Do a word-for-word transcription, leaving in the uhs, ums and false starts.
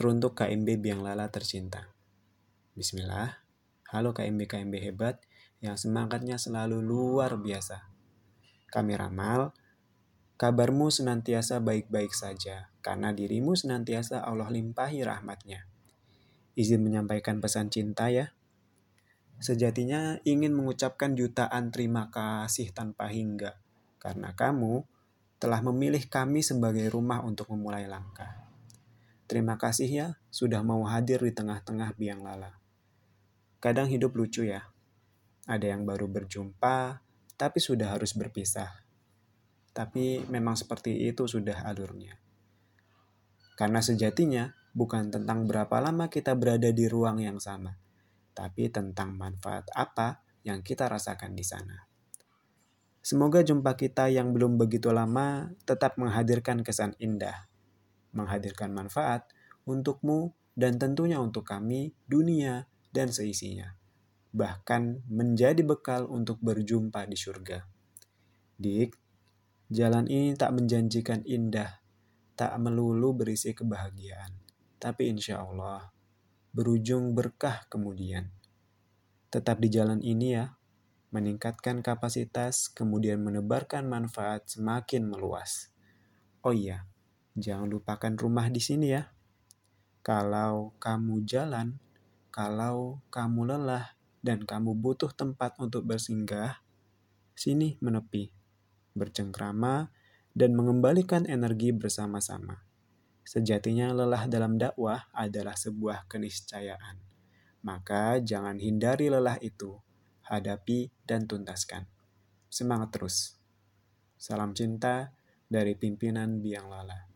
Teruntuk K M B Biang Lala tercinta. Bismillah. Halo K M B-K M B hebat yang semangatnya selalu luar biasa. Kami ramal, kabarmu senantiasa baik-baik saja, karena dirimu senantiasa Allah limpahi rahmatnya. Izin menyampaikan pesan cinta ya. Sejatinya ingin mengucapkan jutaan terima kasih tanpa hingga, karena kamu telah memilih kami sebagai rumah untuk memulai langkah. Terima kasih ya, sudah mau hadir di tengah-tengah Biang Lala. Kadang hidup lucu ya. Ada yang baru berjumpa, tapi sudah harus berpisah. Tapi memang seperti itu sudah alurnya. Karena sejatinya bukan tentang berapa lama kita berada di ruang yang sama, tapi tentang manfaat apa yang kita rasakan di sana. Semoga jumpa kita yang belum begitu lama tetap menghadirkan kesan indah, menghadirkan manfaat untukmu dan tentunya untuk kami, dunia, dan seisinya. Bahkan menjadi bekal untuk berjumpa di surga. Dik, jalan ini tak menjanjikan indah, tak melulu berisi kebahagiaan, tapi insya Allah berujung berkah kemudian. Tetap di jalan ini ya, meningkatkan kapasitas, kemudian menebarkan manfaat semakin meluas. Oh iya, jangan lupakan rumah di sini ya. Kalau kamu jalan, kalau kamu lelah, dan kamu butuh tempat untuk bersinggah, sini menepi, bercengkrama, dan mengembalikan energi bersama-sama. Sejatinya lelah dalam dakwah adalah sebuah keniscayaan. Maka jangan hindari lelah itu, hadapi dan tuntaskan. Semangat terus. Salam cinta dari pimpinan Biang Lala.